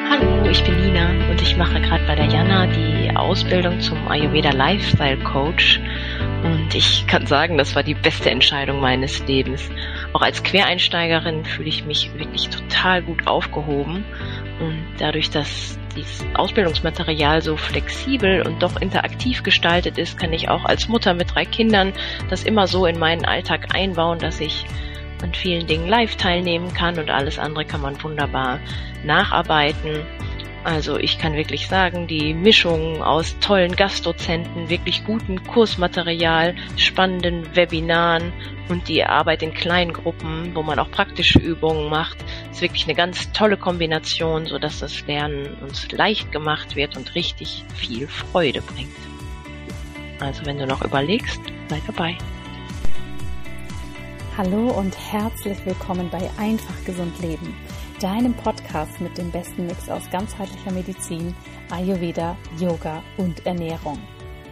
Hallo, ich bin Nina und ich mache gerade bei der Jana die Ausbildung zum Ayurveda Lifestyle Coach und ich kann sagen, das war die beste Entscheidung meines Lebens. Auch als Quereinsteigerin fühle ich mich wirklich total gut aufgehoben und dadurch, dass dieses Ausbildungsmaterial so flexibel und doch interaktiv gestaltet ist, kann ich auch als Mutter mit 3 Kindern das immer so in meinen Alltag einbauen, dass ich an vielen Dingen live teilnehmen kann und alles andere kann man wunderbar nacharbeiten. Also ich kann wirklich sagen, die Mischung aus tollen Gastdozenten, wirklich gutem Kursmaterial, spannenden Webinaren und die Arbeit in kleinen Gruppen, wo man auch praktische Übungen macht, ist wirklich eine ganz tolle Kombination, sodass das Lernen uns leicht gemacht wird und richtig viel Freude bringt. Also wenn du noch überlegst, sei dabei. Hallo und herzlich willkommen bei Einfach Gesund Leben, deinem Podcast mit dem besten Mix aus ganzheitlicher Medizin, Ayurveda, Yoga und Ernährung.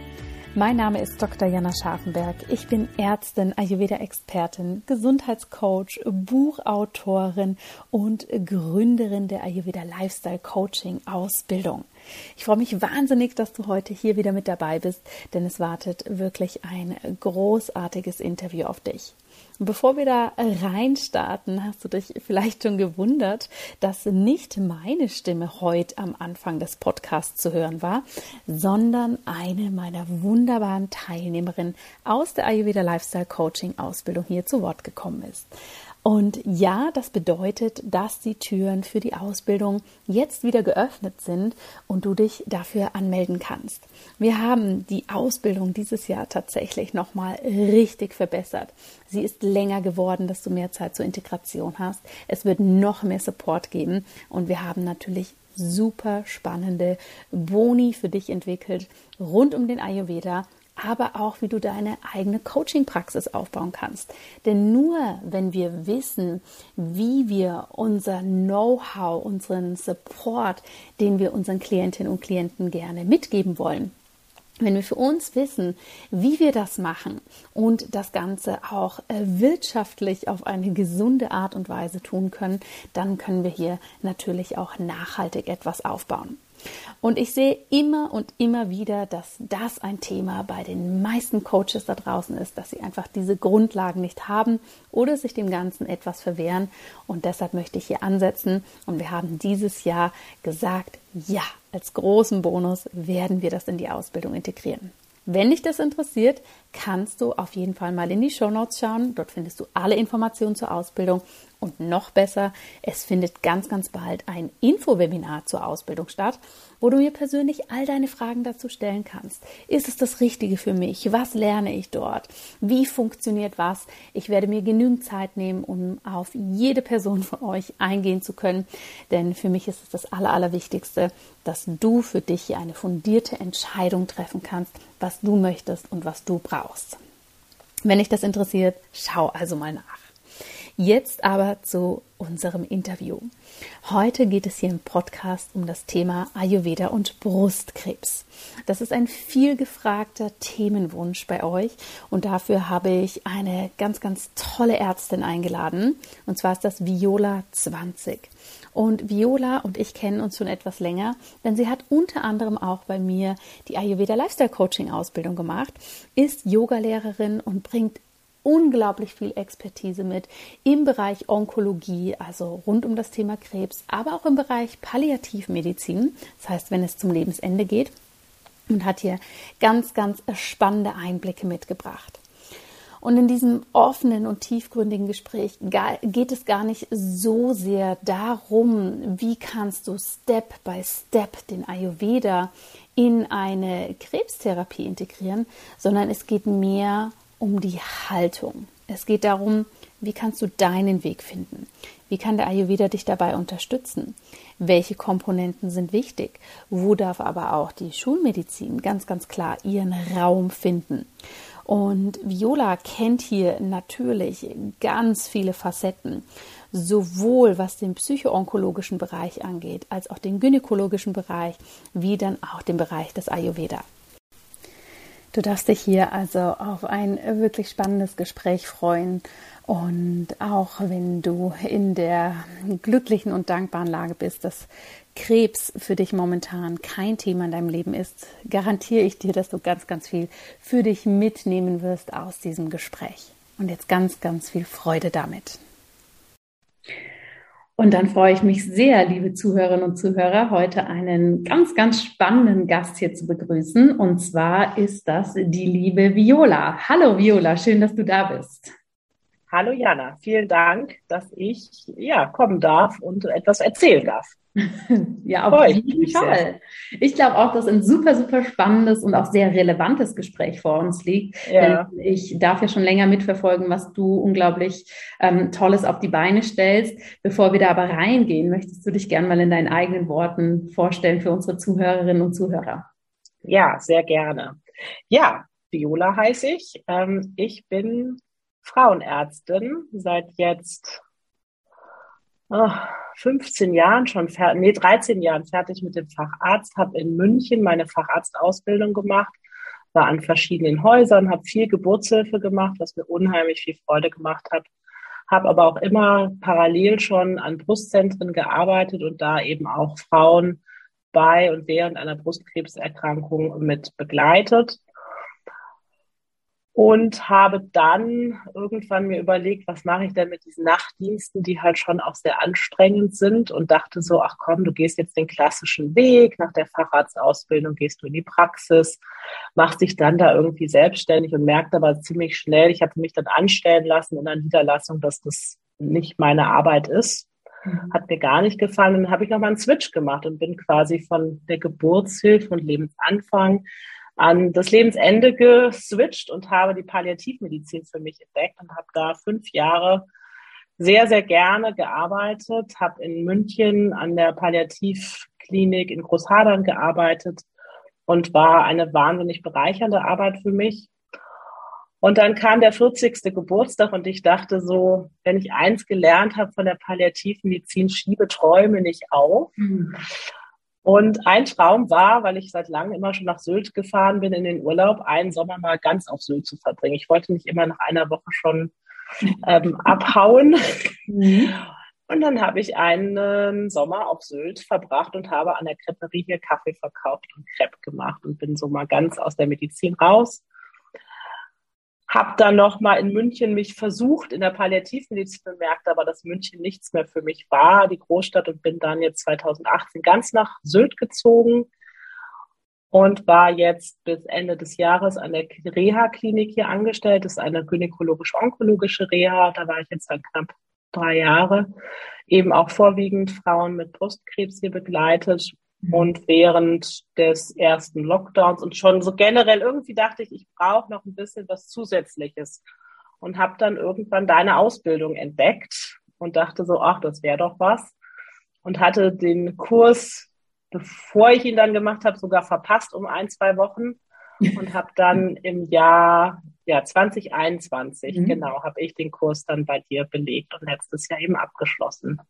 Mein Name ist Dr. Jana Scharfenberg. Ich bin Ärztin, Ayurveda-Expertin, Gesundheitscoach, Buchautorin und Gründerin der Ayurveda Lifestyle Coaching Ausbildung. Ich freue mich wahnsinnig, dass du heute hier wieder mit dabei bist, denn es wartet wirklich ein großartiges Interview auf dich. Und bevor wir da reinstarten, hast du dich vielleicht schon gewundert, dass nicht meine Stimme heute am Anfang des Podcasts zu hören war, sondern eine meiner wunderbaren Teilnehmerinnen aus der Ayurveda Lifestyle Coaching Ausbildung hier zu Wort gekommen ist. Und ja, das bedeutet, dass die Türen für die Ausbildung jetzt wieder geöffnet sind und du dich dafür anmelden kannst. Wir haben die Ausbildung dieses Jahr tatsächlich nochmal richtig verbessert. Sie ist länger geworden, dass du mehr Zeit zur Integration hast. Es wird noch mehr Support geben und wir haben natürlich super spannende Boni für dich entwickelt rund um den Ayurveda, aber auch, wie du deine eigene Coaching-Praxis aufbauen kannst. Denn nur wenn wir wissen, wie wir unser Know-how, unseren Support, den wir unseren Klientinnen und Klienten gerne mitgeben wollen, wenn wir für uns wissen, wie wir das machen und das Ganze auch wirtschaftlich auf eine gesunde Art und Weise tun können, dann können wir hier natürlich auch nachhaltig etwas aufbauen. Und ich sehe immer und immer wieder, dass das ein Thema bei den meisten Coaches da draußen ist, dass sie einfach diese Grundlagen nicht haben oder sich dem Ganzen etwas verwehren. Und deshalb möchte ich hier ansetzen. Und wir haben dieses Jahr gesagt, ja, als großen Bonus werden wir das in die Ausbildung integrieren. Wenn dich das interessiert, kannst du auf jeden Fall mal in die Shownotes schauen. Dort findest du alle Informationen zur Ausbildung. Und noch besser, es findet ganz, ganz bald ein Info-Webinar zur Ausbildung statt, wo du mir persönlich all deine Fragen dazu stellen kannst. Ist es das Richtige für mich? Was lerne ich dort? Wie funktioniert was? Ich werde mir genügend Zeit nehmen, um auf jede Person von euch eingehen zu können. Denn für mich ist es das Allerwichtigste, dass du für dich hier eine fundierte Entscheidung treffen kannst, was du möchtest und was du brauchst. Wenn dich das interessiert, schau also mal nach. Jetzt aber zu unserem Interview. Heute geht es hier im Podcast um das Thema Ayurveda und Brustkrebs. Das ist ein viel gefragter Themenwunsch bei euch und dafür habe ich eine ganz, ganz tolle Ärztin eingeladen und zwar ist das Viola 20. Und Viola und ich kennen uns schon etwas länger, denn sie hat unter anderem auch bei mir die Ayurveda Lifestyle Coaching Ausbildung gemacht, ist Yogalehrerin und bringt unglaublich viel Expertise mit im Bereich Onkologie, also rund um das Thema Krebs, aber auch im Bereich Palliativmedizin, das heißt, wenn es zum Lebensende geht, und hat hier ganz, ganz spannende Einblicke mitgebracht. Und in diesem offenen und tiefgründigen Gespräch geht es gar nicht so sehr darum, wie kannst du Step by Step den Ayurveda in eine Krebstherapie integrieren, sondern es geht mehr um die Haltung. Es geht darum, wie kannst du deinen Weg finden? Wie kann der Ayurveda dich dabei unterstützen? Welche Komponenten sind wichtig? Wo darf aber auch die Schulmedizin ganz, ganz klar ihren Raum finden? Und Viola kennt hier natürlich ganz viele Facetten, sowohl was den psycho-onkologischen Bereich angeht, als auch den gynäkologischen Bereich, wie dann auch den Bereich des Ayurveda. Du darfst dich hier also auf ein wirklich spannendes Gespräch freuen. Und auch wenn du in der glücklichen und dankbaren Lage bist, dass Krebs für dich momentan kein Thema in deinem Leben ist, garantiere ich dir, dass du ganz, ganz viel für dich mitnehmen wirst aus diesem Gespräch. Und jetzt ganz, ganz viel Freude damit. Und dann freue ich mich sehr, liebe Zuhörerinnen und Zuhörer, heute einen ganz, ganz spannenden Gast hier zu begrüßen. Und zwar ist das die liebe Viola. Hallo Viola, schön, dass du da bist. Hallo Jana, vielen Dank, dass ich kommen darf und etwas erzählen darf. Ja, auf jeden Fall. Ich glaube auch, dass ein super, super spannendes und auch sehr relevantes Gespräch vor uns liegt. Ja. Denn ich darf ja schon länger mitverfolgen, was du unglaublich Tolles auf die Beine stellst. Bevor wir da aber reingehen, möchtest du dich gerne mal in deinen eigenen Worten vorstellen für unsere Zuhörerinnen und Zuhörer? Ja, sehr gerne. Ja, Viola heiße ich. Ich bin Frauenärztin seit jetzt 13 Jahren fertig mit dem Facharzt, habe in München meine Facharztausbildung gemacht, war an verschiedenen Häusern, habe viel Geburtshilfe gemacht, was mir unheimlich viel Freude gemacht hat, habe aber auch immer parallel schon an Brustzentren gearbeitet und da eben auch Frauen bei und während einer Brustkrebserkrankung mit begleitet. Und habe dann irgendwann mir überlegt, was mache ich denn mit diesen Nachtdiensten, die halt schon auch sehr anstrengend sind, und dachte so, ach komm, du gehst jetzt den klassischen Weg, nach der Facharztausbildung gehst du in die Praxis, machst dich dann da irgendwie selbstständig und merkte aber ziemlich schnell, ich hatte mich dann anstellen lassen in einer Niederlassung, dass das nicht meine Arbeit ist. Hat mir gar nicht gefallen. Und dann habe ich nochmal einen Switch gemacht und bin quasi von der Geburtshilfe und Lebensanfang an das Lebensende geswitcht und habe die Palliativmedizin für mich entdeckt und habe da 5 Jahre sehr, sehr gerne gearbeitet, habe in München an der Palliativklinik in Großhadern gearbeitet und war eine wahnsinnig bereichernde Arbeit für mich. Und dann kam der 40. Geburtstag und ich dachte so, wenn ich eins gelernt habe von der Palliativmedizin, schiebe Träume nicht auf. Und ein Traum war, weil ich seit langem immer schon nach Sylt gefahren bin in den Urlaub, einen Sommer mal ganz auf Sylt zu verbringen. Ich wollte nicht immer nach einer Woche schon abhauen. Und dann habe ich einen Sommer auf Sylt verbracht und habe an der Creperie hier Kaffee verkauft und Crepe gemacht und bin so mal ganz aus der Medizin raus. Habe dann noch mal in München mich versucht in der Palliativmedizin, bemerkte aber, dass München nichts mehr für mich war, die Großstadt, und bin dann jetzt 2018 ganz nach Sylt gezogen und war jetzt bis Ende des Jahres an der Reha-Klinik hier angestellt. Das ist eine gynäkologisch-onkologische Reha. Da war ich jetzt dann knapp 3 Jahre, eben auch vorwiegend Frauen mit Brustkrebs hier begleitet. Und während des ersten Lockdowns und schon so generell irgendwie dachte ich, ich brauche noch ein bisschen was Zusätzliches, und habe dann irgendwann deine Ausbildung entdeckt und dachte so, ach, das wäre doch was, und hatte den Kurs, bevor ich ihn dann gemacht habe, sogar verpasst um 1-2 Wochen und habe dann im Jahr 2021, genau, habe ich den Kurs dann bei dir belegt und letztes Jahr eben abgeschlossen.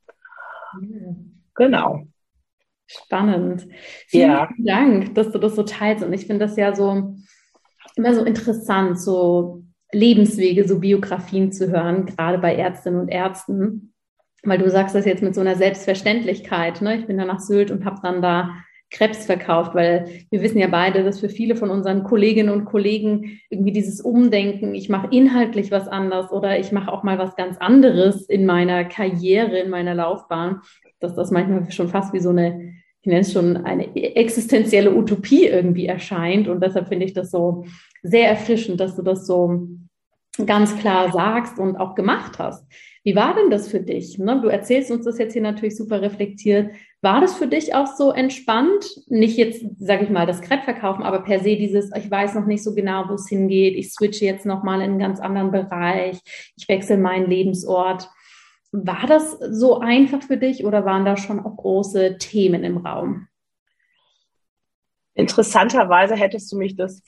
Genau. Spannend. Vielen Dank, dass du das so teilst. Und ich finde das ja so immer so interessant, so Lebenswege, so Biografien zu hören, gerade bei Ärztinnen und Ärzten. Weil du sagst das jetzt mit so einer Selbstverständlichkeit, ne? Ich bin da nach Sylt und habe dann da Krebs verkauft, weil wir wissen ja beide, dass für viele von unseren Kolleginnen und Kollegen irgendwie dieses Umdenken, ich mache inhaltlich was anderes oder ich mache auch mal was ganz anderes in meiner Karriere, in meiner Laufbahn, dass das manchmal schon fast wie so eine, ich nenne es schon, eine existenzielle Utopie irgendwie erscheint. Und deshalb finde ich das so sehr erfrischend, dass du das so ganz klar sagst und auch gemacht hast. Wie war denn das für dich? Ne? Du erzählst uns das jetzt hier natürlich super reflektiert. War das für dich auch so entspannt? Nicht jetzt, sage ich mal, das Crepe verkaufen, aber per se dieses, ich weiß noch nicht so genau, wo es hingeht. Ich switche jetzt nochmal in einen ganz anderen Bereich. Ich wechsle meinen Lebensort. War das so einfach für dich oder waren da schon auch große Themen im Raum? Interessanterweise hättest du mich das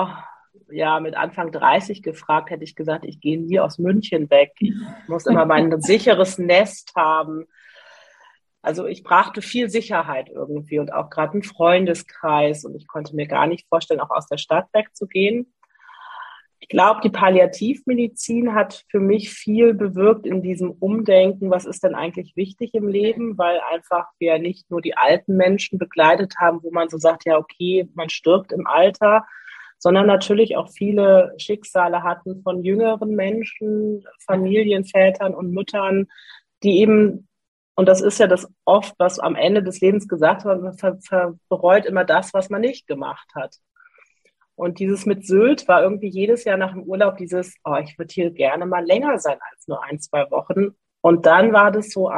mit Anfang 30 gefragt, hätte ich gesagt, ich gehe nie aus München weg. Ich muss immer mein sicheres Nest haben. Also ich brachte viel Sicherheit irgendwie und auch gerade einen Freundeskreis und ich konnte mir gar nicht vorstellen, auch aus der Stadt wegzugehen. Ich glaube, die Palliativmedizin hat für mich viel bewirkt in diesem Umdenken, was ist denn eigentlich wichtig im Leben, weil einfach wir nicht nur die alten Menschen begleitet haben, wo man so sagt, ja, okay, man stirbt im Alter, sondern natürlich auch viele Schicksale hatten von jüngeren Menschen, Familienvätern und Müttern, die eben, und das ist ja das oft, was am Ende des Lebens gesagt wird, man bereut immer das, was man nicht gemacht hat. Und dieses mit Sylt war irgendwie jedes Jahr nach dem Urlaub dieses, oh, ich würde hier gerne mal länger sein als nur 1, 2 Wochen. Und dann war das so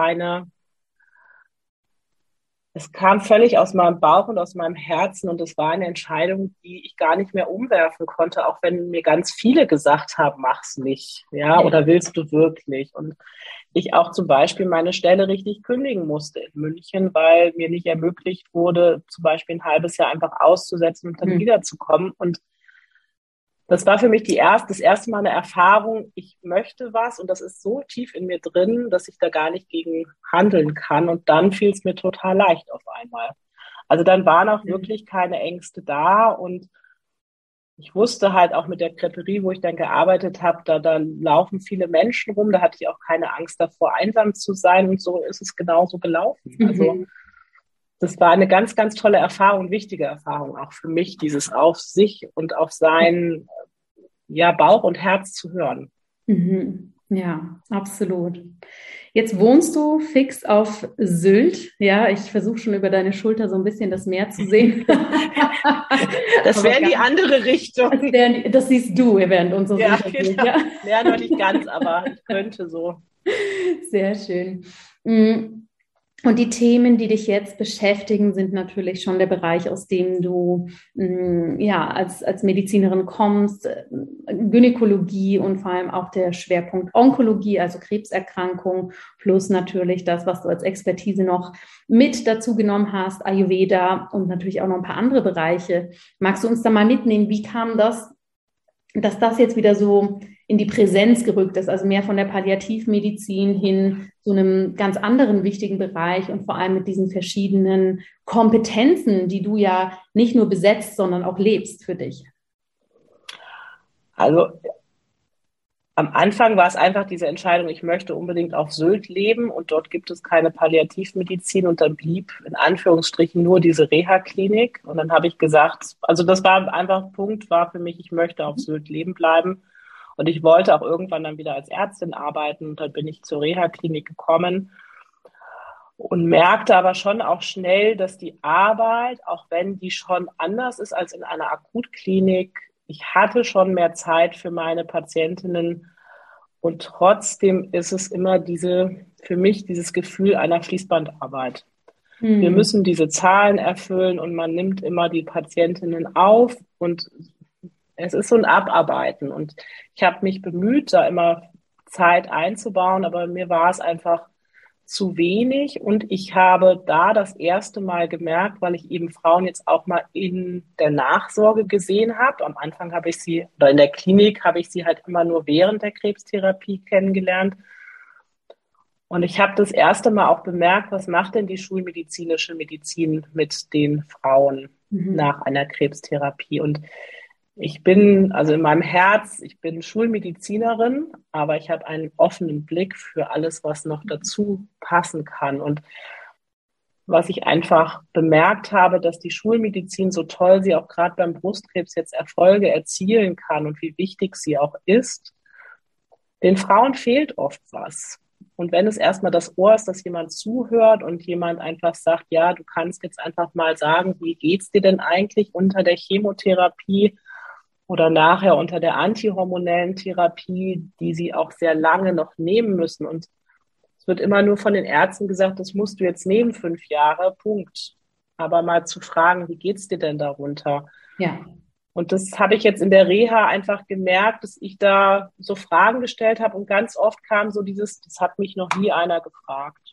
es kam völlig aus meinem Bauch und aus meinem Herzen und es war eine Entscheidung, die ich gar nicht mehr umwerfen konnte, auch wenn mir ganz viele gesagt haben, mach's nicht, ja, oder willst du wirklich? Und ich auch zum Beispiel meine Stelle richtig kündigen musste in München, weil mir nicht ermöglicht wurde, zum Beispiel ein halbes Jahr einfach auszusetzen und dann wiederzukommen. Und das war für mich das erste Mal eine Erfahrung, ich möchte was und das ist so tief in mir drin, dass ich da gar nicht gegen handeln kann. Und dann fiel es mir total leicht auf einmal. Also dann waren auch wirklich keine Ängste da und ich wusste halt auch mit der Creperie, wo ich dann gearbeitet habe, da laufen viele Menschen rum, da hatte ich auch keine Angst davor, einsam zu sein und so ist es genauso gelaufen. Also das war eine ganz, ganz tolle Erfahrung, wichtige Erfahrung auch für mich, dieses auf sich und auf sein Bauch und Herz zu hören. Ja, absolut. Jetzt wohnst du fix auf Sylt. Ja, ich versuche schon über deine Schulter so ein bisschen das Meer zu sehen. Das wäre in die andere Richtung. Das siehst du während unseres Interviews. Genau. Ja, noch nicht ganz, aber ich könnte so. Sehr schön. Und die Themen, die dich jetzt beschäftigen, sind natürlich schon der Bereich, aus dem du als Medizinerin kommst, Gynäkologie und vor allem auch der Schwerpunkt Onkologie, also Krebserkrankung, plus natürlich das, was du als Expertise noch mit dazu genommen hast, Ayurveda und natürlich auch noch ein paar andere Bereiche. Magst du uns da mal mitnehmen, wie kam das, dass das jetzt wieder so in die Präsenz gerückt ist, also mehr von der Palliativmedizin hin zu einem ganz anderen wichtigen Bereich und vor allem mit diesen verschiedenen Kompetenzen, die du ja nicht nur besetzt, sondern auch lebst für dich? Also am Anfang war es einfach diese Entscheidung, ich möchte unbedingt auf Sylt leben und dort gibt es keine Palliativmedizin und dann blieb in Anführungsstrichen nur diese Reha-Klinik und dann habe ich gesagt, also das war einfach Punkt, war für mich, ich möchte auf Sylt leben bleiben. Und ich wollte auch irgendwann dann wieder als Ärztin arbeiten und dann bin ich zur Reha-Klinik gekommen und merkte aber schon auch schnell, dass die Arbeit, auch wenn die schon anders ist als in einer Akutklinik, ich hatte schon mehr Zeit für meine Patientinnen und trotzdem ist es immer für mich dieses Gefühl einer Fließbandarbeit. Wir müssen diese Zahlen erfüllen und man nimmt immer die Patientinnen auf und es ist so ein Abarbeiten und ich habe mich bemüht, da immer Zeit einzubauen, aber mir war es einfach zu wenig und ich habe da das erste Mal gemerkt, weil ich eben Frauen jetzt auch mal in der Nachsorge gesehen habe. Am Anfang habe ich sie, oder in der Klinik habe ich sie halt immer nur während der Krebstherapie kennengelernt. Und ich habe das erste Mal auch bemerkt, was macht denn die schulmedizinische Medizin mit den Frauen nach einer Krebstherapie? Und ich bin, also in meinem Herz, ich bin Schulmedizinerin, aber ich habe einen offenen Blick für alles, was noch dazu passen kann. Und was ich einfach bemerkt habe, dass die Schulmedizin, so toll sie auch gerade beim Brustkrebs jetzt Erfolge erzielen kann und wie wichtig sie auch ist, den Frauen fehlt oft was. Und wenn es erstmal das Ohr ist, dass jemand zuhört und jemand einfach sagt, ja, du kannst jetzt einfach mal sagen, wie geht's dir denn eigentlich unter der Chemotherapie oder nachher unter der antihormonellen Therapie, die sie auch sehr lange noch nehmen müssen. Und es wird immer nur von den Ärzten gesagt, das musst du jetzt nehmen, 5 Jahre, Punkt. Aber mal zu fragen, wie geht's dir denn darunter? Ja. Und das habe ich jetzt in der Reha einfach gemerkt, dass ich da so Fragen gestellt habe und ganz oft kam so das hat mich noch nie einer gefragt.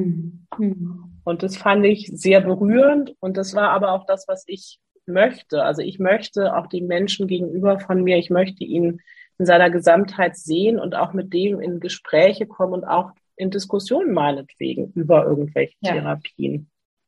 Und das fand ich sehr berührend und das war aber auch das, was ich möchte. Also ich möchte auch den Menschen gegenüber von mir, ich möchte ihn in seiner Gesamtheit sehen und auch mit dem in Gespräche kommen und auch in Diskussionen meinetwegen über irgendwelche Therapien.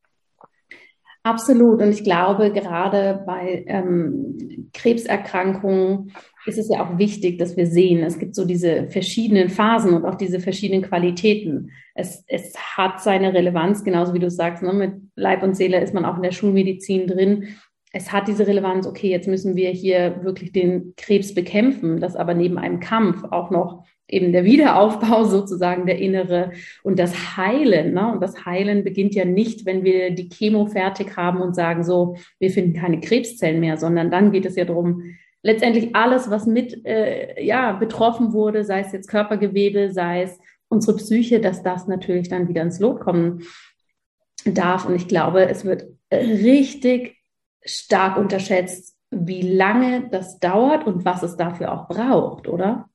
Absolut. Und ich glaube, gerade bei Krebserkrankungen ist es ja auch wichtig, dass wir sehen, es gibt so diese verschiedenen Phasen und auch diese verschiedenen Qualitäten. Es hat seine Relevanz, genauso wie du sagst, ne? Mit Leib und Seele ist man auch in der Schulmedizin drin. Es hat diese Relevanz, okay, jetzt müssen wir hier wirklich den Krebs bekämpfen, das aber neben einem Kampf auch noch eben der Wiederaufbau sozusagen, der innere und das Heilen. Ne? Und das Heilen beginnt ja nicht, wenn wir die Chemo fertig haben und sagen so, wir finden keine Krebszellen mehr, sondern dann geht es ja darum, letztendlich alles, was mit betroffen wurde, sei es jetzt Körpergewebe, sei es unsere Psyche, dass das natürlich dann wieder ins Lot kommen darf. Und ich glaube, es wird richtig stark unterschätzt, wie lange das dauert und was es dafür auch braucht, oder?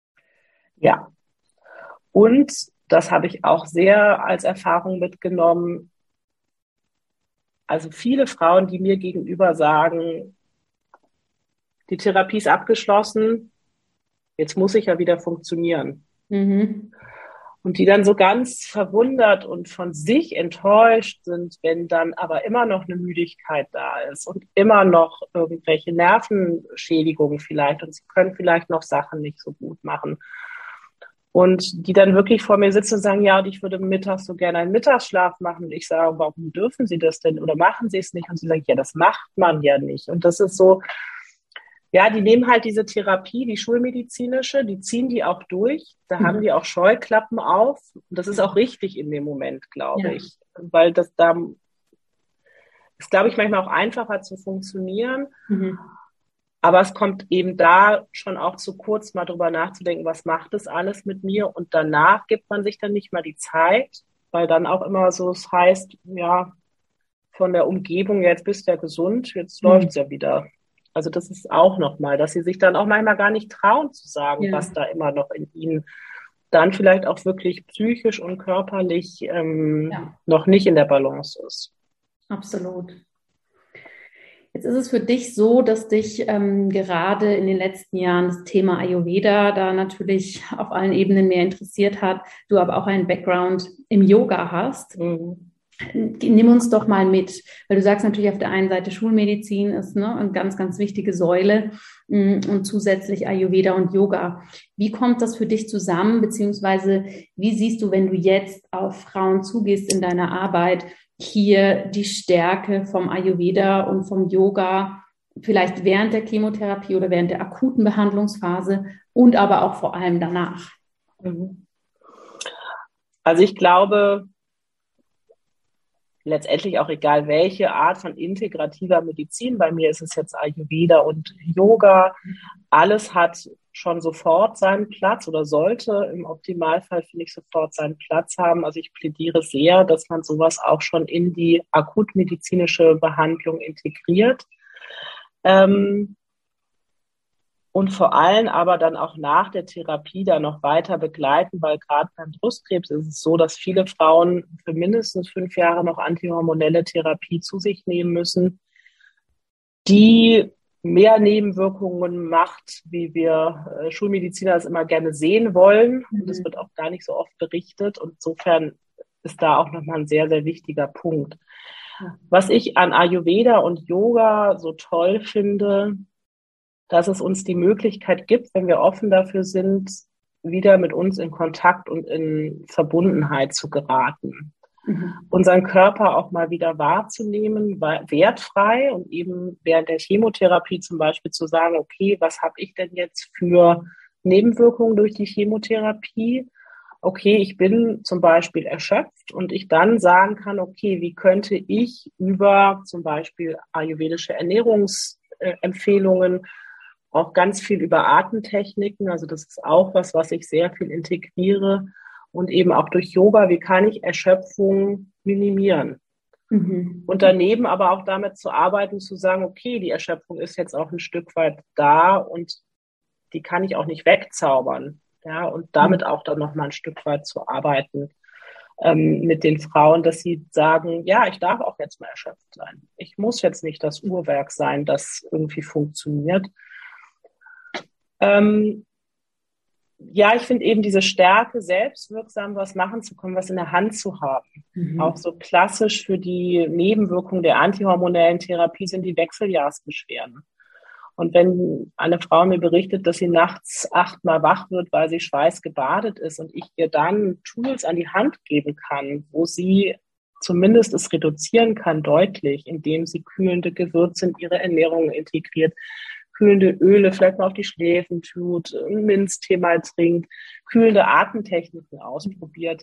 Ja, und das habe ich auch sehr als Erfahrung mitgenommen. Also viele Frauen, die mir gegenüber sagen, die Therapie ist abgeschlossen, jetzt muss ich ja wieder funktionieren. Mhm. Und die dann so ganz verwundert und von sich enttäuscht sind, wenn dann aber immer noch eine Müdigkeit da ist und immer noch irgendwelche Nervenschädigungen vielleicht und sie können vielleicht noch Sachen nicht so gut machen. Und die dann wirklich vor mir sitzen und sagen, ja, und ich würde mittags so gerne einen Mittagsschlaf machen. Und ich sage, warum dürfen Sie das denn oder machen Sie es nicht? Und sie sagen, ja, das macht man ja nicht. Und das ist so, ja, die nehmen halt diese Therapie, die schulmedizinische, die ziehen die auch durch. Da haben die auch Scheuklappen auf. Und das ist auch richtig in dem Moment, glaube ich. Weil das da ist, glaube ich, manchmal auch einfacher zu funktionieren. Mhm. Aber es kommt eben da schon auch zu kurz, mal drüber nachzudenken, was macht das alles mit mir? Und danach gibt man sich dann nicht mal die Zeit, weil dann auch immer so es heißt, ja, von der Umgebung, jetzt bist du ja gesund, jetzt läuft's ja wieder. Also das ist auch nochmal, dass sie sich dann auch manchmal gar nicht trauen zu sagen, was da immer noch in ihnen dann vielleicht auch wirklich psychisch und körperlich noch nicht in der Balance ist. Absolut. Jetzt ist es für dich so, dass dich gerade in den letzten Jahren das Thema Ayurveda da natürlich auf allen Ebenen mehr interessiert hat, du aber auch einen Background im Yoga hast. Mhm. Nimm uns doch mal mit, weil du sagst natürlich auf der einen Seite Schulmedizin ist eine ganz, ganz wichtige Säule und zusätzlich Ayurveda und Yoga. Wie kommt das für dich zusammen, beziehungsweise wie siehst du, wenn du jetzt auf Frauen zugehst in deiner Arbeit, hier die Stärke vom Ayurveda und vom Yoga, vielleicht während der Chemotherapie oder während der akuten Behandlungsphase und aber auch vor allem danach? Also ich glaube, letztendlich auch egal welche Art von integrativer Medizin, bei mir ist es jetzt Ayurveda und Yoga, alles hat schon sofort seinen Platz oder sollte im Optimalfall, finde ich, sofort seinen Platz haben. Also ich plädiere sehr, dass man sowas auch schon in die akutmedizinische Behandlung integriert. Und vor allem aber dann auch nach der Therapie dann noch weiter begleiten, weil gerade beim Brustkrebs ist es so, dass viele Frauen für mindestens 5 Jahre noch antihormonelle Therapie zu sich nehmen müssen, die mehr Nebenwirkungen macht, wie wir Schulmediziner das immer gerne sehen wollen. Und das wird auch gar nicht so oft berichtet. Und insofern ist da auch nochmal ein sehr, sehr wichtiger Punkt. Was ich an Ayurveda und Yoga so toll finde, dass es uns die Möglichkeit gibt, wenn wir offen dafür sind, wieder mit uns in Kontakt und in Verbundenheit zu geraten. Unseren Körper auch mal wieder wahrzunehmen, wertfrei und eben während der Chemotherapie zum Beispiel zu sagen, okay, was habe ich denn jetzt für Nebenwirkungen durch die Chemotherapie? Okay, ich bin zum Beispiel erschöpft und ich dann sagen kann, okay, wie könnte ich über zum Beispiel ayurvedische Ernährungsempfehlungen auch ganz viel über Atemtechniken, also das ist auch was ich sehr viel integriere und eben auch durch Yoga, wie kann ich Erschöpfung minimieren? Und daneben aber auch damit zu arbeiten, zu sagen, okay, die Erschöpfung ist jetzt auch ein Stück weit da und die kann ich auch nicht wegzaubern, ja, und damit auch dann nochmal ein Stück weit zu arbeiten mit den Frauen, dass sie sagen, ja, ich darf auch jetzt mal erschöpft sein. Ich muss jetzt nicht das Uhrwerk sein, das irgendwie funktioniert. Ja, ich finde eben diese Stärke, selbstwirksam was machen zu können, was in der Hand zu haben. Auch so klassisch für die Nebenwirkungen der antihormonellen Therapie sind die Wechseljahrsbeschwerden. Und wenn eine Frau mir berichtet, dass sie nachts 8-mal wach wird, weil sie schweißgebadet ist und ich ihr dann Tools an die Hand geben kann, wo sie zumindest es reduzieren kann, deutlich, indem sie kühlende Gewürze in ihre Ernährung integriert, kühlende Öle vielleicht mal auf die Schläfen tut, einen Minztee mal trinkt, kühlende Atemtechniken ausprobiert.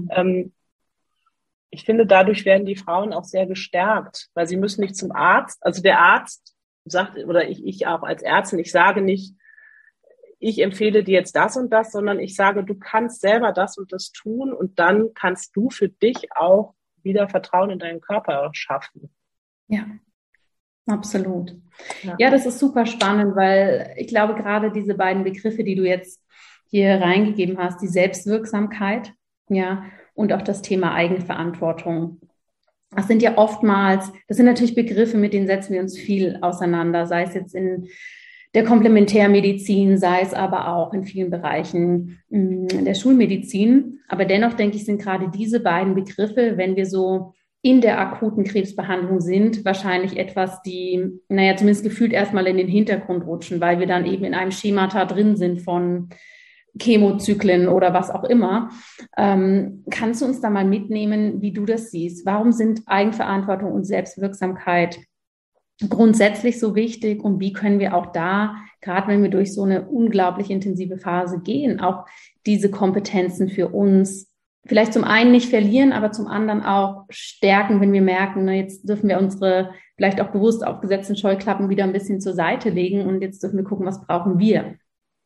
Ich finde, dadurch werden die Frauen auch sehr gestärkt, weil sie müssen nicht zum Arzt. Also der Arzt sagt, oder ich auch als Ärztin, ich sage nicht, ich empfehle dir jetzt das und das, sondern ich sage, du kannst selber das und das tun und dann kannst du für dich auch wieder Vertrauen in deinen Körper schaffen. Ja, absolut. Ja, das ist super spannend, weil ich glaube, gerade diese beiden Begriffe, die du jetzt hier reingegeben hast, die Selbstwirksamkeit, ja, und auch das Thema Eigenverantwortung. Das sind ja oftmals, das sind natürlich Begriffe, mit denen setzen wir uns viel auseinander, sei es jetzt in der Komplementärmedizin, sei es aber auch in vielen Bereichen der Schulmedizin. Aber dennoch denke ich, sind gerade diese beiden Begriffe, wenn wir so in der akuten Krebsbehandlung sind, wahrscheinlich etwas, die, zumindest gefühlt erstmal in den Hintergrund rutschen, weil wir dann eben in einem Schemata drin sind von Chemozyklen oder was auch immer. Kannst du uns da mal mitnehmen, wie du das siehst? Warum sind Eigenverantwortung und Selbstwirksamkeit grundsätzlich so wichtig und wie können wir auch da, gerade wenn wir durch so eine unglaublich intensive Phase gehen, auch diese Kompetenzen für uns vielleicht zum einen nicht verlieren, aber zum anderen auch stärken, wenn wir merken, jetzt dürfen wir unsere vielleicht auch bewusst aufgesetzten Scheuklappen wieder ein bisschen zur Seite legen und jetzt dürfen wir gucken, was brauchen wir.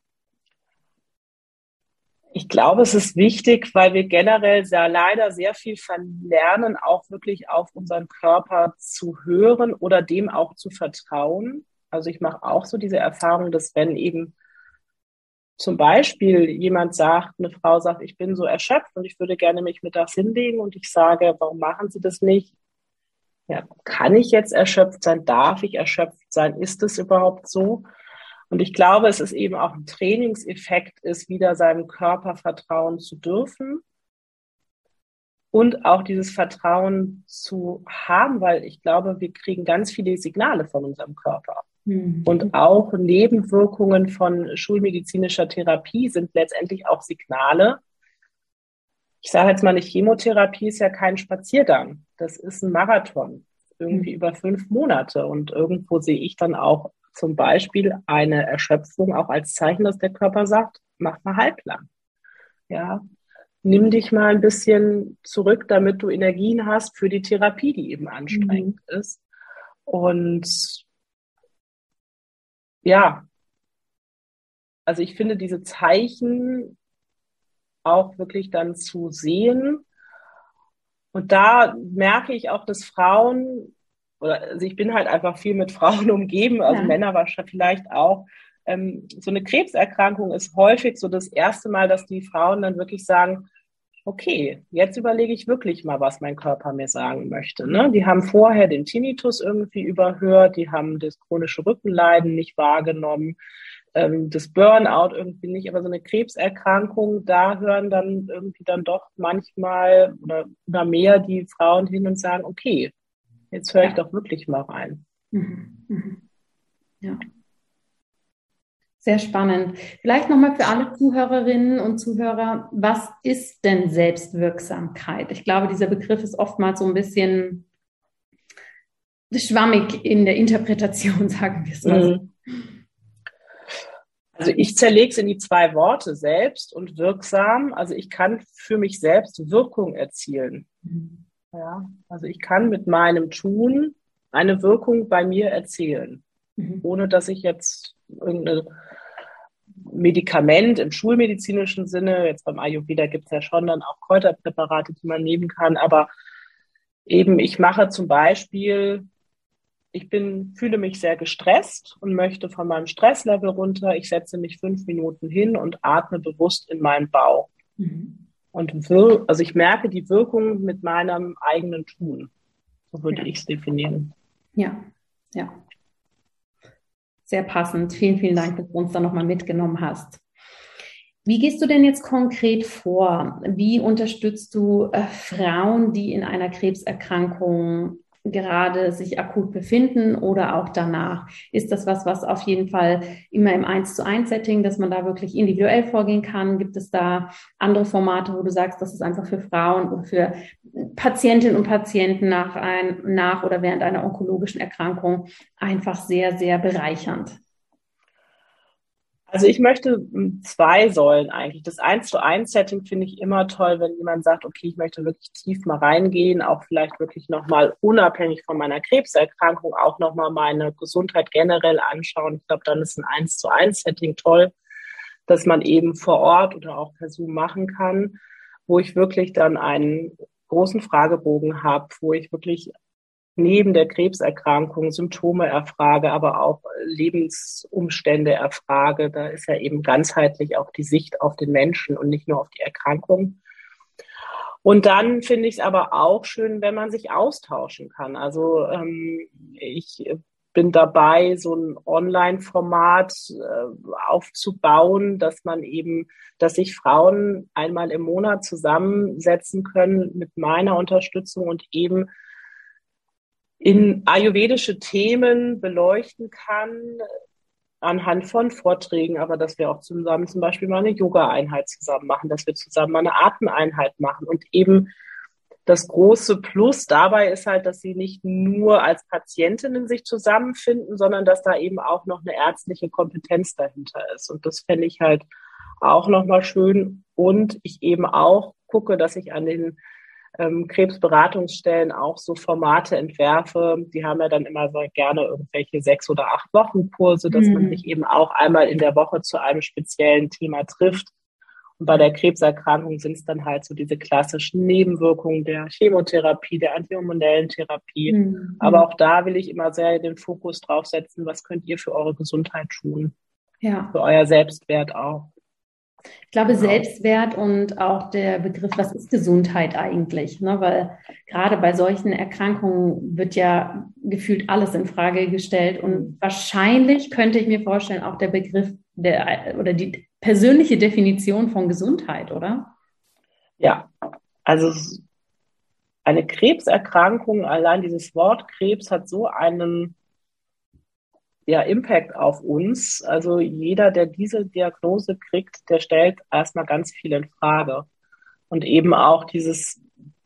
Ich glaube, es ist wichtig, weil wir generell leider sehr viel verlernen, auch wirklich auf unseren Körper zu hören oder dem auch zu vertrauen. Also ich mache auch so diese Erfahrung, dass wenn eben zum Beispiel jemand sagt, eine Frau sagt, ich bin so erschöpft und ich würde gerne mich mittags hinlegen und ich sage, warum machen Sie das nicht? Ja, kann ich jetzt erschöpft sein? Darf ich erschöpft sein? Ist es überhaupt so? Und ich glaube, es ist eben auch ein Trainingseffekt, ist wieder seinem Körper vertrauen zu dürfen und auch dieses Vertrauen zu haben, weil ich glaube, wir kriegen ganz viele Signale von unserem Körper. Und auch Nebenwirkungen von schulmedizinischer Therapie sind letztendlich auch Signale. Ich sage jetzt mal, eine Chemotherapie ist ja kein Spaziergang. Das ist ein Marathon, irgendwie über 5 Monate. Und irgendwo sehe ich dann auch zum Beispiel eine Erschöpfung auch als Zeichen, dass der Körper sagt, mach mal halblang. Ja, nimm dich mal ein bisschen zurück, damit du Energien hast für die Therapie, die eben anstrengend ist. Und ja, also ich finde diese Zeichen auch wirklich dann zu sehen. Und da merke ich auch, dass Frauen, also ich bin halt einfach viel mit Frauen umgeben, also Männer wahrscheinlich vielleicht auch, so eine Krebserkrankung ist häufig so das erste Mal, dass die Frauen dann wirklich sagen, okay, jetzt überlege ich wirklich mal, was mein Körper mir sagen möchte. Ne? Die haben vorher den Tinnitus irgendwie überhört, die haben das chronische Rückenleiden nicht wahrgenommen, das Burnout irgendwie nicht, aber so eine Krebserkrankung, da hören dann irgendwie dann doch manchmal oder immer mehr die Frauen hin und sagen, okay, jetzt höre ich doch wirklich mal rein. Ja. Sehr spannend. Vielleicht nochmal für alle Zuhörerinnen und Zuhörer, was ist denn Selbstwirksamkeit? Ich glaube, dieser Begriff ist oftmals so ein bisschen schwammig in der Interpretation, sagen wir es mal so. Also ich zerlege es in die 2 Worte, selbst und wirksam. Also ich kann für mich selbst Wirkung erzielen. Ja, also ich kann mit meinem Tun eine Wirkung bei mir erzielen, ohne dass ich jetzt irgendein Medikament im schulmedizinischen Sinne, jetzt beim Ayurveda gibt es ja schon dann auch Kräuterpräparate, die man nehmen kann, aber eben ich mache zum Beispiel, fühle mich sehr gestresst und möchte von meinem Stresslevel runter. Ich setze mich 5 Minuten hin und atme bewusst in meinen Bauch. Und also ich merke die Wirkung mit meinem eigenen Tun. So würde ich es definieren. Ja. Sehr passend. Vielen, vielen Dank, dass du uns da nochmal mitgenommen hast. Wie gehst du denn jetzt konkret vor? Wie unterstützt du Frauen, die in einer Krebserkrankung gerade sich akut befinden oder auch danach? Ist das was auf jeden Fall immer im 1:1 Setting, dass man da wirklich individuell vorgehen kann? Gibt es da andere Formate, wo du sagst, das ist einfach für Frauen und für Patientinnen und Patienten nach oder während einer onkologischen Erkrankung einfach sehr, sehr bereichernd? Also ich möchte zwei Säulen eigentlich. Das 1:1 Setting finde ich immer toll, wenn jemand sagt, okay, ich möchte wirklich tief mal reingehen, auch vielleicht wirklich nochmal unabhängig von meiner Krebserkrankung auch nochmal meine Gesundheit generell anschauen. Ich glaube, dann ist ein 1:1 Setting toll, dass man eben vor Ort oder auch per Zoom machen kann, wo ich wirklich dann einen großen Fragebogen habe, wo ich wirklich neben der Krebserkrankung Symptome erfrage, aber auch Lebensumstände erfrage. Da ist ja eben ganzheitlich auch die Sicht auf den Menschen und nicht nur auf die Erkrankung. Und dann finde ich es aber auch schön, wenn man sich austauschen kann. Also ich bin dabei, so ein Online-Format aufzubauen, dass sich Frauen einmal im Monat zusammensetzen können mit meiner Unterstützung und eben in ayurvedische Themen beleuchten kann anhand von Vorträgen, aber dass wir auch zusammen zum Beispiel mal eine Yoga-Einheit zusammen machen, dass wir zusammen mal eine Atemeinheit machen. Und eben das große Plus dabei ist halt, dass sie nicht nur als Patientinnen sich zusammenfinden, sondern dass da eben auch noch eine ärztliche Kompetenz dahinter ist. Und das fände ich halt auch nochmal schön. Und ich eben auch gucke, dass ich an den Krebsberatungsstellen auch so Formate entwerfe. Die haben ja dann immer sehr gerne irgendwelche 6 oder 8 Wochen Kurse, dass man sich eben auch einmal in der Woche zu einem speziellen Thema trifft. Und bei der Krebserkrankung sind es dann halt so diese klassischen Nebenwirkungen der Chemotherapie, der antihormonellen Therapie. Aber auch da will ich immer sehr den Fokus drauf setzen, was könnt ihr für eure Gesundheit tun? Ja. Für euer Selbstwert auch. Ich glaube, Selbstwert und auch der Begriff, was ist Gesundheit eigentlich? Ne? Weil gerade bei solchen Erkrankungen wird ja gefühlt alles in Frage gestellt. Und wahrscheinlich könnte ich mir vorstellen, auch der Begriff oder die persönliche Definition von Gesundheit, oder? Ja, also eine Krebserkrankung, allein dieses Wort Krebs hat so einen Impact auf uns. Also jeder, der diese Diagnose kriegt, der stellt erstmal ganz viel in Frage. Und eben auch es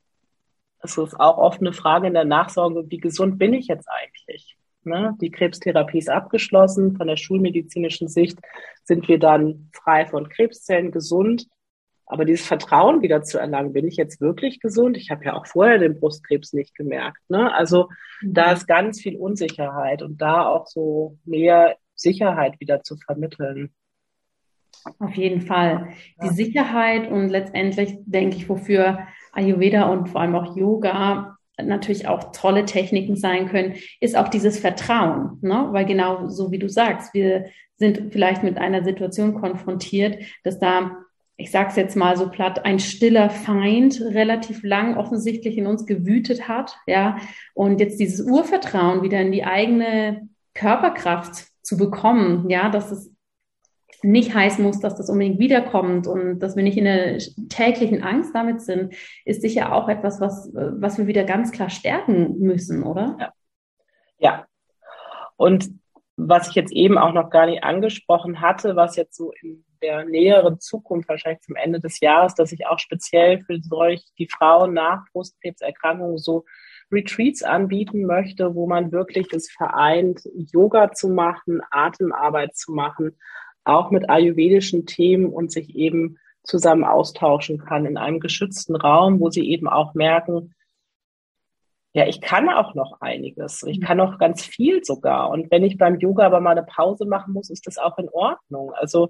ist auch oft eine Frage in der Nachsorge, wie gesund bin ich jetzt eigentlich? Ne? Die Krebstherapie ist abgeschlossen. Von der schulmedizinischen Sicht sind wir dann frei von Krebszellen, gesund. Aber dieses Vertrauen wieder zu erlangen, bin ich jetzt wirklich gesund? Ich habe ja auch vorher den Brustkrebs nicht gemerkt. Ne? Also da ist ganz viel Unsicherheit und da auch so mehr Sicherheit wieder zu vermitteln. Auf jeden Fall. Die Sicherheit und letztendlich denke ich, wofür Ayurveda und vor allem auch Yoga natürlich auch tolle Techniken sein können, ist auch dieses Vertrauen. Ne? Weil genau so wie du sagst, wir sind vielleicht mit einer Situation konfrontiert, dass da, ich sage es jetzt mal so platt, ein stiller Feind relativ lang offensichtlich in uns gewütet hat, ja, und jetzt dieses Urvertrauen wieder in die eigene Körperkraft zu bekommen, ja, dass es nicht heißen muss, dass das unbedingt wiederkommt und dass wir nicht in der täglichen Angst damit sind, ist sicher auch etwas, was wir wieder ganz klar stärken müssen, oder? Ja. Und was ich jetzt eben auch noch gar nicht angesprochen hatte, was jetzt so in der näheren Zukunft, wahrscheinlich zum Ende des Jahres, dass ich auch speziell für die Frauen nach Brustkrebserkrankungen so Retreats anbieten möchte, wo man wirklich es vereint, Yoga zu machen, Atemarbeit zu machen, auch mit ayurvedischen Themen und sich eben zusammen austauschen kann in einem geschützten Raum, wo sie eben auch merken, ja, ich kann auch noch einiges. Ich kann auch ganz viel sogar. Und wenn ich beim Yoga aber mal eine Pause machen muss, ist das auch in Ordnung. Also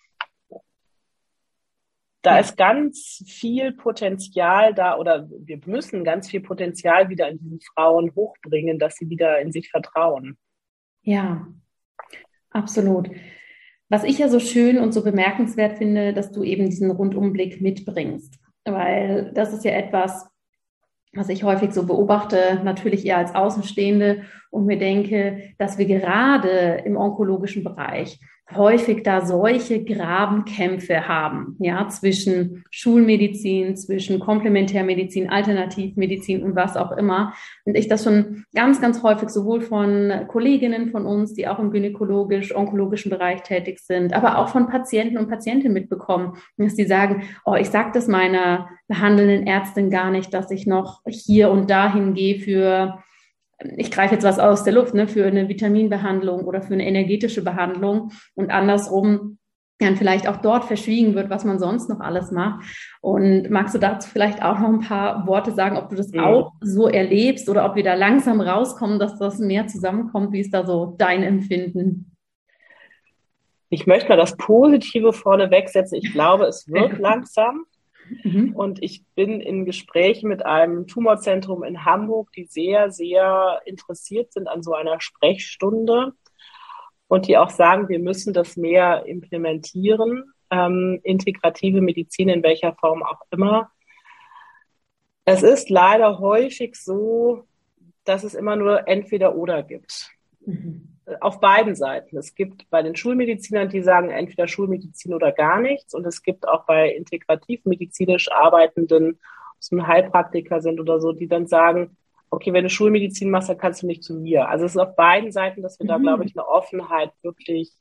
da ist ganz viel Potenzial da oder wir müssen ganz viel Potenzial wieder in diesen Frauen hochbringen, dass sie wieder in sich vertrauen. Ja, absolut. Was ich ja so schön und so bemerkenswert finde, dass du eben diesen Rundumblick mitbringst, weil das ist ja etwas, was ich häufig so beobachte, natürlich eher als Außenstehende und mir denke, dass wir gerade im onkologischen Bereich häufig da solche Grabenkämpfe haben, ja, zwischen Schulmedizin, zwischen Komplementärmedizin, Alternativmedizin und was auch immer. Und ich das schon ganz, ganz häufig sowohl von Kolleginnen von uns, die auch im gynäkologisch-onkologischen Bereich tätig sind, aber auch von Patienten und Patientinnen mitbekommen, dass die sagen, oh, ich sage das meiner behandelnden Ärztin gar nicht, dass ich noch hier und dahin gehe für, ich greife jetzt was aus der Luft, ne, für eine Vitaminbehandlung oder für eine energetische Behandlung und andersrum dann vielleicht auch dort verschwiegen wird, was man sonst noch alles macht. Und magst du dazu vielleicht auch noch ein paar Worte sagen, ob du das auch so erlebst oder ob wir da langsam rauskommen, dass das mehr zusammenkommt? Wie ist da so dein Empfinden? Ich möchte mal das Positive vorneweg setzen. Ich glaube, es wird langsam. Und ich bin in Gesprächen mit einem Tumorzentrum in Hamburg, die sehr, sehr interessiert sind an so einer Sprechstunde und die auch sagen, wir müssen das mehr implementieren, integrative Medizin in welcher Form auch immer. Es ist leider häufig so, dass es immer nur entweder oder gibt. Auf beiden Seiten. Es gibt bei den Schulmedizinern, die sagen entweder Schulmedizin oder gar nichts. Und es gibt auch bei integrativ medizinisch Arbeitenden, ob es ein Heilpraktiker sind oder so, die dann sagen, okay, wenn du Schulmedizin machst, dann kannst du nicht zu mir. Also es ist auf beiden Seiten, dass wir da, glaube ich, eine Offenheit wirklich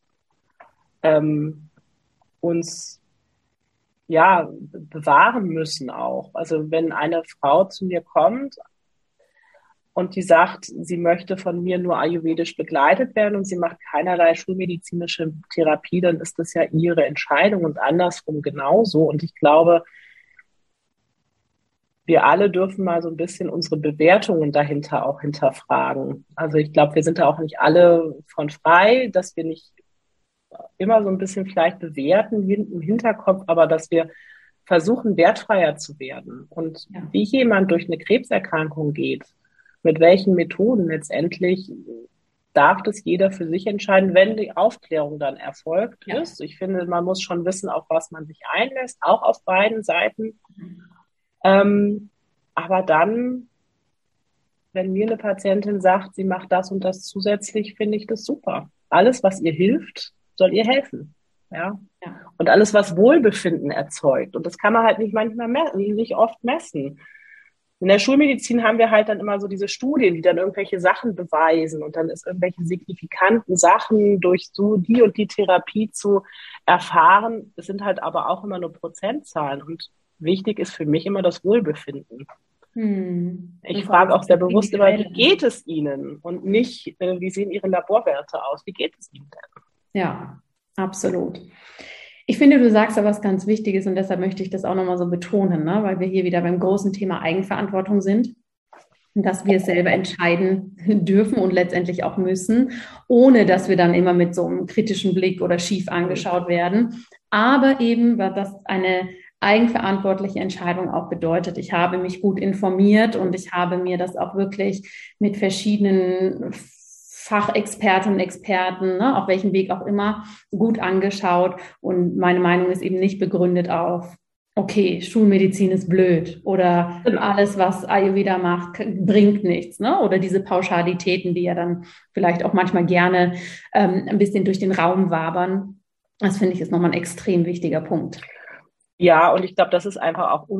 uns bewahren müssen auch. Also wenn eine Frau zu mir kommt, und die sagt, sie möchte von mir nur ayurvedisch begleitet werden und sie macht keinerlei schulmedizinische Therapie, dann ist das ja ihre Entscheidung und andersrum genauso. Und ich glaube, wir alle dürfen mal so ein bisschen unsere Bewertungen dahinter auch hinterfragen. Also ich glaube, wir sind da auch nicht alle von frei, dass wir nicht immer so ein bisschen vielleicht bewerten im Hinterkopf, aber dass wir versuchen, wertfreier zu werden. Und wie jemand durch eine Krebserkrankung geht, mit welchen Methoden letztendlich darf das jeder für sich entscheiden, wenn die Aufklärung dann erfolgt ist. Ich finde, man muss schon wissen, auf was man sich einlässt, auch auf beiden Seiten. Aber dann, wenn mir eine Patientin sagt, sie macht das und das zusätzlich, finde ich das super. Alles, was ihr hilft, soll ihr helfen. Ja. Und alles, was Wohlbefinden erzeugt. Und das kann man halt nicht nicht oft messen. In der Schulmedizin haben wir halt dann immer so diese Studien, die dann irgendwelche Sachen beweisen und dann ist irgendwelche signifikanten Sachen durch so die und die Therapie zu erfahren. Es sind halt aber auch immer nur Prozentzahlen und wichtig ist für mich immer das Wohlbefinden. Ich frage auch sehr bewusst immer, wie geht es Ihnen und nicht, wie sehen Ihre Laborwerte aus? Wie geht es Ihnen denn? Ja, absolut. Ich finde, du sagst da was ganz Wichtiges und deshalb möchte ich das auch nochmal so betonen, ne? Weil wir hier wieder beim großen Thema Eigenverantwortung sind, dass wir es selber entscheiden dürfen und letztendlich auch müssen, ohne dass wir dann immer mit so einem kritischen Blick oder schief angeschaut werden. Aber eben, weil das eine eigenverantwortliche Entscheidung auch bedeutet. Ich habe mich gut informiert und ich habe mir das auch wirklich mit verschiedenen Fachexpertinnen, Experten, ne, auf welchem Weg auch immer, gut angeschaut. Und meine Meinung ist eben nicht begründet auf, okay, Schulmedizin ist blöd oder alles, was Ayurveda macht, bringt nichts, ne? Oder diese Pauschalitäten, die ja dann vielleicht auch manchmal gerne ein bisschen durch den Raum wabern. Das finde ich ist nochmal ein extrem wichtiger Punkt. Ja, und ich glaube, das ist einfach auch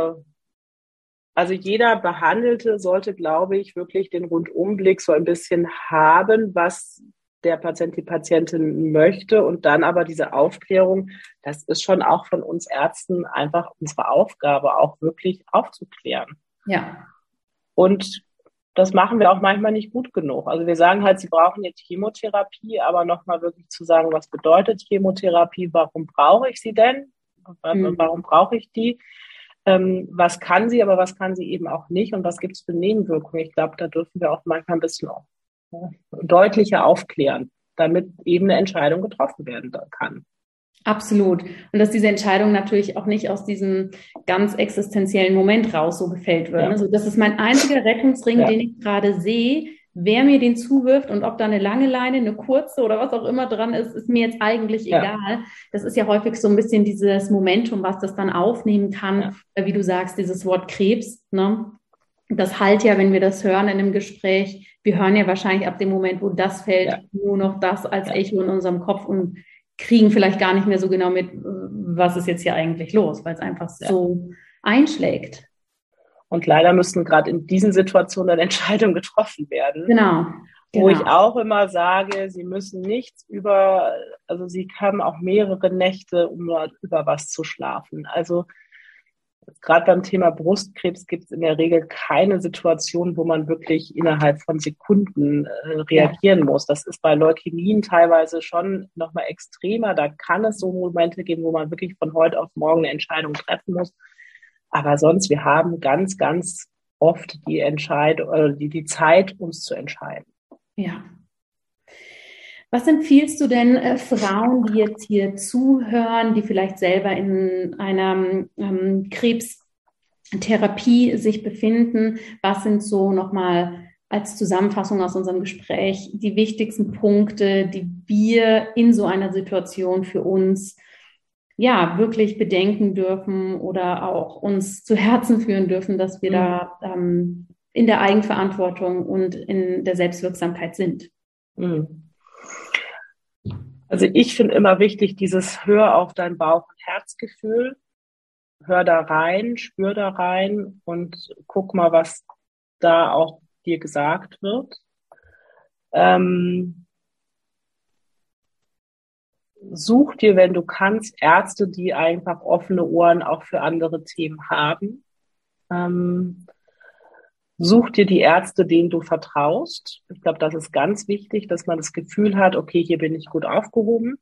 also jeder Behandelte sollte, glaube ich, wirklich den Rundumblick so ein bisschen haben, was der Patient, die Patientin möchte und dann aber diese Aufklärung, das ist schon auch von uns Ärzten einfach unsere Aufgabe, auch wirklich aufzuklären. Ja. Und das machen wir auch manchmal nicht gut genug. Also wir sagen halt, sie brauchen jetzt Chemotherapie, aber nochmal wirklich zu sagen, was bedeutet Chemotherapie, warum brauche ich sie denn? Warum brauche ich die? Was kann sie, aber was kann sie eben auch nicht und was gibt es für Nebenwirkungen? Ich glaube, da dürfen wir auch manchmal ein bisschen auch deutlicher aufklären, damit eben eine Entscheidung getroffen werden kann. Absolut. Und dass diese Entscheidung natürlich auch nicht aus diesem ganz existenziellen Moment raus so gefällt wird. Ja. Also das ist mein einziger Rettungsring, den ich gerade sehe. Wer mir den zuwirft und ob da eine lange Leine, eine kurze oder was auch immer dran ist, ist mir jetzt eigentlich egal. Das ist ja häufig so ein bisschen dieses Momentum, was das dann aufnehmen kann. Wie du sagst, dieses Wort Krebs, ne? Das halt ja, wenn wir das hören in einem Gespräch, wir hören ja wahrscheinlich ab dem Moment, wo das fällt, nur noch das als Echo in unserem Kopf und kriegen vielleicht gar nicht mehr so genau mit, was ist jetzt hier eigentlich los, weil es einfach so einschlägt. Und leider müssen gerade in diesen Situationen dann Entscheidungen getroffen werden. Genau. Wo ich auch immer sage, Sie müssen nichts also Sie haben auch mehrere Nächte, um nur über was zu schlafen. Also gerade beim Thema Brustkrebs gibt es in der Regel keine Situation, wo man wirklich innerhalb von Sekunden reagieren muss. Das ist bei Leukämien teilweise schon nochmal extremer. Da kann es so Momente geben, wo man wirklich von heute auf morgen eine Entscheidung treffen muss. Aber sonst, wir haben ganz, ganz oft die Entscheidung oder die Zeit, uns zu entscheiden. Ja. Was empfiehlst du denn Frauen, die jetzt hier zuhören, die vielleicht selber in einer Krebstherapie sich befinden? Was sind so nochmal als Zusammenfassung aus unserem Gespräch die wichtigsten Punkte, die wir in so einer Situation für uns wirklich bedenken dürfen oder auch uns zu Herzen führen dürfen, dass wir da in der Eigenverantwortung und in der Selbstwirksamkeit sind? Also ich finde immer wichtig, dieses Hör auf dein Bauch- und Herzgefühl. Hör da rein, spür da rein und guck mal, was da auch dir gesagt wird. Such dir, wenn du kannst, Ärzte, die einfach offene Ohren auch für andere Themen haben. Such dir die Ärzte, denen du vertraust. Ich glaube, das ist ganz wichtig, dass man das Gefühl hat, okay, hier bin ich gut aufgehoben.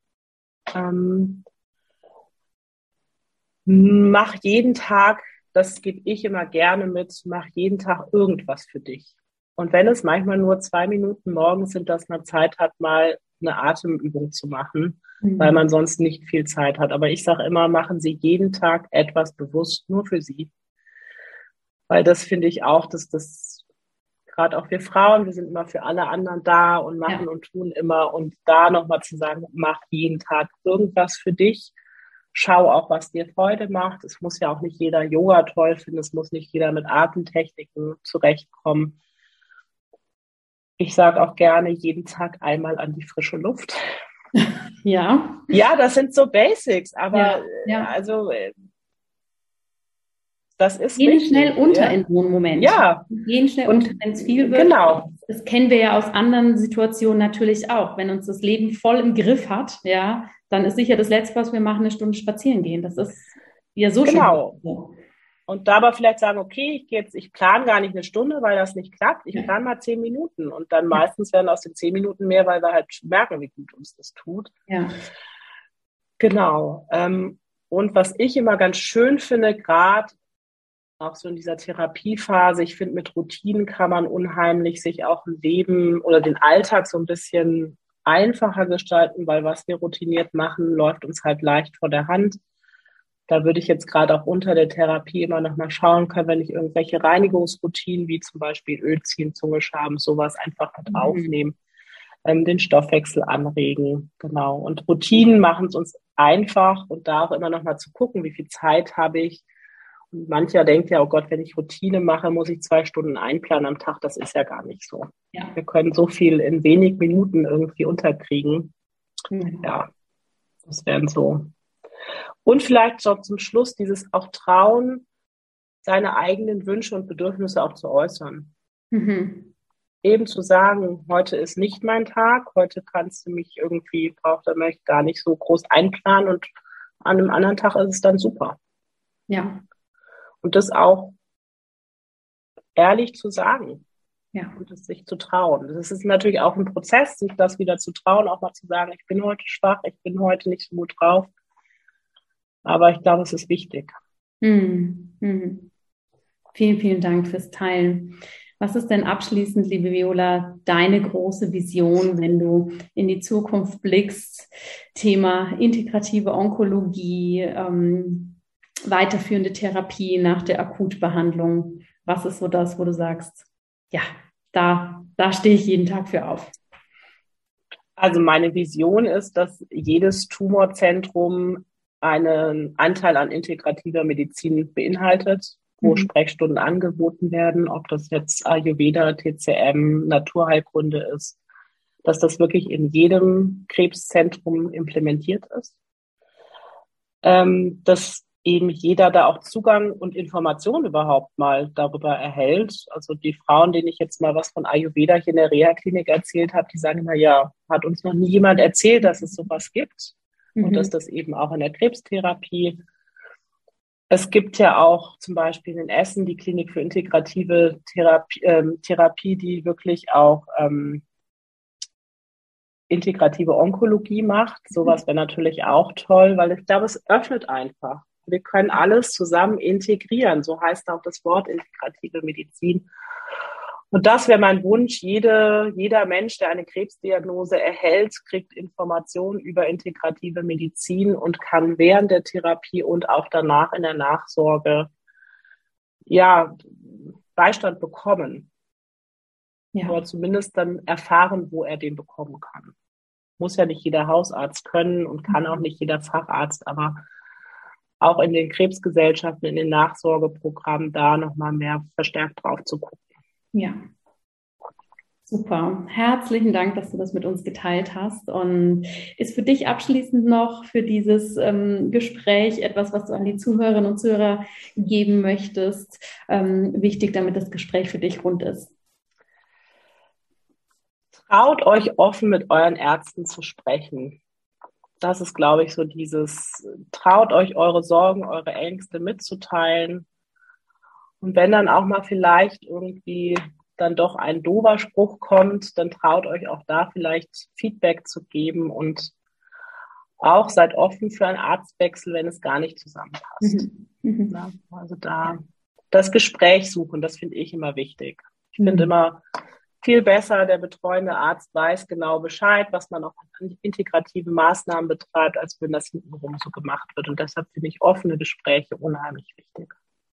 Mach jeden Tag, das gebe ich immer gerne mit, mach jeden Tag irgendwas für dich. Und wenn es manchmal nur 2 Minuten morgens sind, dass man Zeit hat, mal eine Atemübung zu machen, weil man sonst nicht viel Zeit hat. Aber ich sage immer, machen Sie jeden Tag etwas bewusst nur für Sie. Weil das finde ich auch, dass das gerade auch wir Frauen, wir sind immer für alle anderen da und machen und tun immer. Und da nochmal zu sagen, mach jeden Tag irgendwas für dich. Schau auch, was dir Freude macht. Es muss ja auch nicht jeder Yoga toll finden. Es muss nicht jeder mit Atemtechniken zurechtkommen. Ich sage auch gerne jeden Tag einmal an die frische Luft. Ja. Ja, das sind so Basics, aber also das ist gehen wichtig, schnell unter in so einem Moment. Ja. Gehen schnell unter, wenn es viel wird. Genau. Das kennen wir ja aus anderen Situationen natürlich auch. Wenn uns das Leben voll im Griff hat, dann ist sicher das Letzte, was wir machen, eine Stunde spazieren gehen. Das ist ja so schön. Genau. Und dabei vielleicht sagen, okay, ich plane gar nicht eine Stunde, weil das nicht klappt. Ich plane mal 10 Minuten. Und dann meistens werden aus den 10 Minuten mehr, weil wir halt merken, wie gut uns das tut. Ja. Genau. Und was ich immer ganz schön finde, gerade auch so in dieser Therapiephase, ich finde, mit Routinen kann man unheimlich sich auch ein Leben oder den Alltag so ein bisschen einfacher gestalten, weil was wir routiniert machen, läuft uns halt leicht vor der Hand. Da würde ich jetzt gerade auch unter der Therapie immer noch mal schauen, können wir nicht irgendwelche Reinigungsroutinen, wie zum Beispiel Öl ziehen, Zunge schaben, sowas einfach mit aufnehmen, den Stoffwechsel anregen, genau. Und Routinen machen es uns einfach und da auch immer noch mal zu gucken, wie viel Zeit habe ich. Und mancher denkt ja, oh Gott, wenn ich Routine mache, muss ich 2 Stunden einplanen am Tag. Das ist ja gar nicht so. Ja. Wir können so viel in wenig Minuten irgendwie unterkriegen. Ja, das wären so. Und vielleicht so zum Schluss dieses auch trauen, seine eigenen Wünsche und Bedürfnisse auch zu äußern. Eben zu sagen, heute ist nicht mein Tag, heute kannst du mich irgendwie, da möchte ich gar nicht so groß einplanen und an einem anderen Tag ist es dann super. Ja. Und das auch ehrlich zu sagen. Ja. Und es sich zu trauen. Das ist natürlich auch ein Prozess, sich das wieder zu trauen, auch mal zu sagen, ich bin heute schwach, ich bin heute nicht so gut drauf. Aber ich glaube, es ist wichtig. Vielen, vielen Dank fürs Teilen. Was ist denn abschließend, liebe Viola, deine große Vision, wenn du in die Zukunft blickst? Thema integrative Onkologie, weiterführende Therapie nach der Akutbehandlung. Was ist so das, wo du sagst, ja, da stehe ich jeden Tag für auf? Also meine Vision ist, dass jedes Tumorzentrum einen Anteil an integrativer Medizin beinhaltet, wo Sprechstunden angeboten werden, ob das jetzt Ayurveda, TCM, Naturheilkunde ist. dass das wirklich in jedem Krebszentrum implementiert ist. Dass eben jeder da auch Zugang und Informationen überhaupt mal darüber erhält. Also die Frauen, denen ich jetzt mal was von Ayurveda hier in der Reha-Klinik erzählt habe, die sagen immer, ja, hat uns noch nie jemand erzählt, dass es sowas gibt und dass das eben auch in der Krebstherapie. Es gibt ja auch zum Beispiel in Essen die Klinik für integrative Therapie, die wirklich auch integrative Onkologie macht. Sowas wäre natürlich auch toll, weil ich glaube, es öffnet einfach. Wir können alles zusammen integrieren. So heißt auch das Wort integrative Medizin. Und das wäre mein Wunsch. Jeder Mensch, der eine Krebsdiagnose erhält, kriegt Informationen über integrative Medizin und kann während der Therapie und auch danach in der Nachsorge Beistand bekommen. Ja. Oder zumindest dann erfahren, wo er den bekommen kann. Muss ja nicht jeder Hausarzt können und kann auch nicht jeder Facharzt, aber auch in den Krebsgesellschaften, in den Nachsorgeprogrammen da nochmal mehr verstärkt drauf zu gucken. Ja, super. Herzlichen Dank, dass du das mit uns geteilt hast. Und ist für dich abschließend noch für dieses Gespräch etwas, was du an die Zuhörerinnen und Zuhörer geben möchtest, wichtig, damit das Gespräch für dich rund ist? Traut euch offen mit euren Ärzten zu sprechen. Das ist, glaube ich, so traut euch eure Sorgen, eure Ängste mitzuteilen. Und wenn dann auch mal vielleicht irgendwie dann doch ein doofer Spruch kommt, dann traut euch auch da vielleicht Feedback zu geben und auch seid offen für einen Arztwechsel, wenn es gar nicht zusammenpasst. Ja, also da das Gespräch suchen, das finde ich immer wichtig. Ich finde immer viel besser, der betreuende Arzt weiß genau Bescheid, was man auch an integrative Maßnahmen betreibt, als wenn das hintenrum so gemacht wird. Und deshalb finde ich offene Gespräche unheimlich wichtig.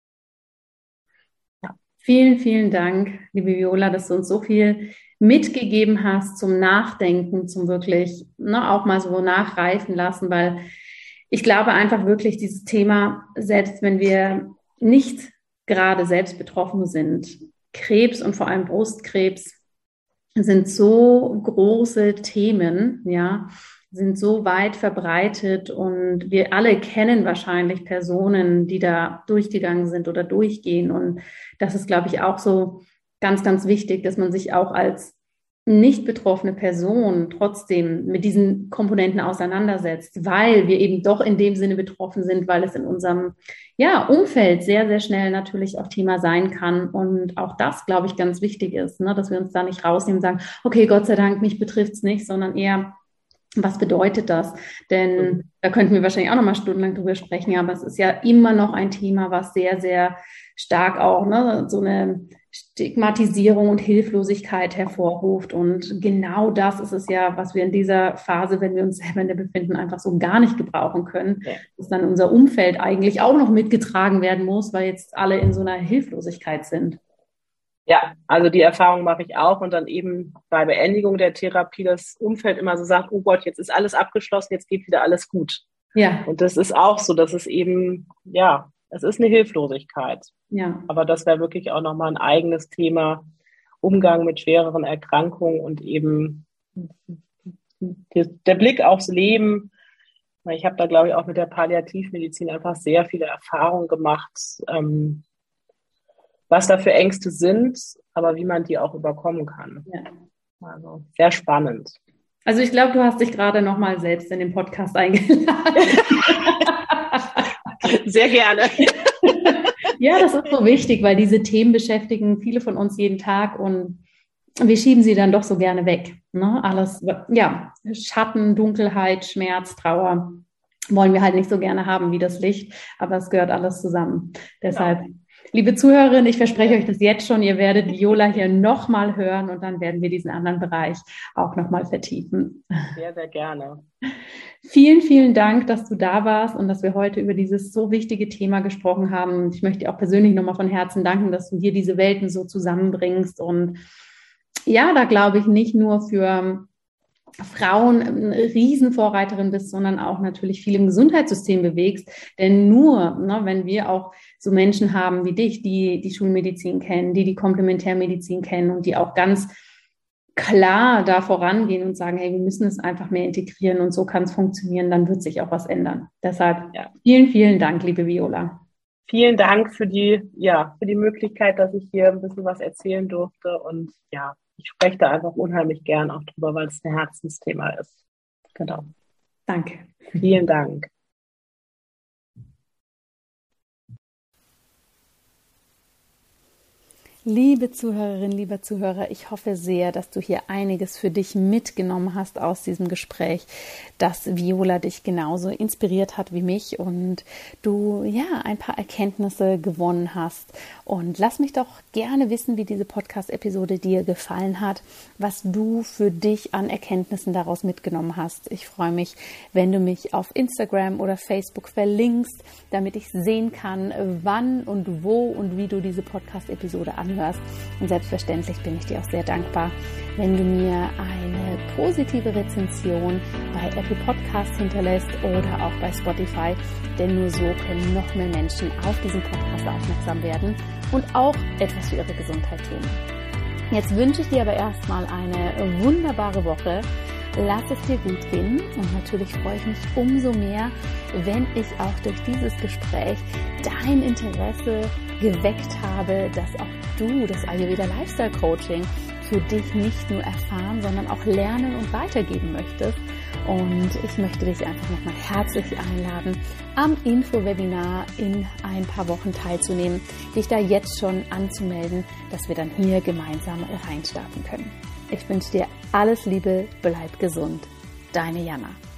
Ja. Vielen, vielen Dank, liebe Viola, dass du uns so viel mitgegeben hast zum Nachdenken, zum wirklich auch mal so nachreifen lassen, weil ich glaube einfach wirklich dieses Thema, selbst wenn wir nicht gerade selbst betroffen sind, Krebs und vor allem Brustkrebs sind so große Themen, ja, sind so weit verbreitet und wir alle kennen wahrscheinlich Personen, die da durchgegangen sind oder durchgehen. Und das ist, glaube ich, auch so ganz, ganz wichtig, dass man sich auch als nicht betroffene Person trotzdem mit diesen Komponenten auseinandersetzt, weil wir eben doch in dem Sinne betroffen sind, weil es in unserem Umfeld sehr, sehr schnell natürlich auch Thema sein kann. Und auch das, glaube ich, ganz wichtig ist, dass wir uns da nicht rausnehmen und sagen, okay, Gott sei Dank, mich betrifft es nicht, sondern eher, was bedeutet das? Denn da könnten wir wahrscheinlich auch noch mal stundenlang drüber sprechen, aber es ist ja immer noch ein Thema, was sehr, sehr stark auch so eine Stigmatisierung und Hilflosigkeit hervorruft. Und genau das ist es ja, was wir in dieser Phase, wenn wir uns selber in der befinden, einfach so gar nicht gebrauchen können. Ja. Dass dann unser Umfeld eigentlich auch noch mitgetragen werden muss, weil jetzt alle in so einer Hilflosigkeit sind. Ja, also die Erfahrung mache ich auch und dann eben bei Beendigung der Therapie das Umfeld immer so sagt, oh Gott, jetzt ist alles abgeschlossen, jetzt geht wieder alles gut. Ja. Und das ist auch so, dass es eben, es ist eine Hilflosigkeit. Ja. Aber das wäre wirklich auch nochmal ein eigenes Thema, Umgang mit schwereren Erkrankungen und eben der Blick aufs Leben. Ich habe da, glaube ich, auch mit der Palliativmedizin einfach sehr viele Erfahrungen gemacht, was da für Ängste sind, aber wie man die auch überkommen kann. Ja. Also sehr spannend. Also ich glaube, du hast dich gerade nochmal selbst in den Podcast eingeladen. Sehr gerne. Ja, das ist so wichtig, weil diese Themen beschäftigen viele von uns jeden Tag und wir schieben sie dann doch so gerne weg. Ne? Alles, Schatten, Dunkelheit, Schmerz, Trauer wollen wir halt nicht so gerne haben wie das Licht, aber es gehört alles zusammen. Deshalb, liebe Zuhörerinnen, ich verspreche euch das jetzt schon, ihr werdet Viola hier nochmal hören und dann werden wir diesen anderen Bereich auch nochmal vertiefen. Sehr, sehr gerne. Vielen, vielen Dank, dass du da warst und dass wir heute über dieses so wichtige Thema gesprochen haben. Ich möchte dir auch persönlich nochmal von Herzen danken, dass du hier diese Welten so zusammenbringst. Und da glaube ich nicht nur für Frauen eine Riesenvorreiterin bist, sondern auch natürlich viel im Gesundheitssystem bewegst. Denn nur, wenn wir auch so Menschen haben wie dich, die die Schulmedizin kennen, die Komplementärmedizin kennen und die auch ganz klar da vorangehen und sagen, hey, wir müssen es einfach mehr integrieren und so kann es funktionieren, dann wird sich auch was ändern. Deshalb vielen, vielen Dank, liebe Viola. Vielen Dank für die Möglichkeit, dass ich hier ein bisschen was erzählen durfte. Und ja, ich spreche da einfach unheimlich gern auch drüber, weil es ein Herzensthema ist. Genau. Danke. Vielen Dank. Liebe Zuhörerin, lieber Zuhörer, ich hoffe sehr, dass du hier einiges für dich mitgenommen hast aus diesem Gespräch, dass Viola dich genauso inspiriert hat wie mich und du ein paar Erkenntnisse gewonnen hast. Und lass mich doch gerne wissen, wie diese Podcast-Episode dir gefallen hat, was du für dich an Erkenntnissen daraus mitgenommen hast. Ich freue mich, wenn du mich auf Instagram oder Facebook verlinkst, damit ich sehen kann, wann und wo und wie du diese Podcast-Episode anhörst. Und selbstverständlich bin ich dir auch sehr dankbar, wenn du mir eine positive Rezension bei Apple Podcasts hinterlässt oder auch bei Spotify, denn nur so können noch mehr Menschen auf diesen Podcast aufmerksam werden und auch etwas für ihre Gesundheit tun. Jetzt wünsche ich dir aber erstmal eine wunderbare Woche. Lass es dir gut gehen und natürlich freue ich mich umso mehr, wenn ich auch durch dieses Gespräch dein Interesse geweckt habe, dass auch du das Ayurveda Lifestyle Coaching für dich nicht nur erfahren, sondern auch lernen und weitergeben möchtest. Und ich möchte dich einfach nochmal herzlich einladen, am Info-Webinar in ein paar Wochen teilzunehmen, dich da jetzt schon anzumelden, dass wir dann hier gemeinsam reinstarten können. Ich wünsche dir alles Liebe, bleib gesund. Deine Jana.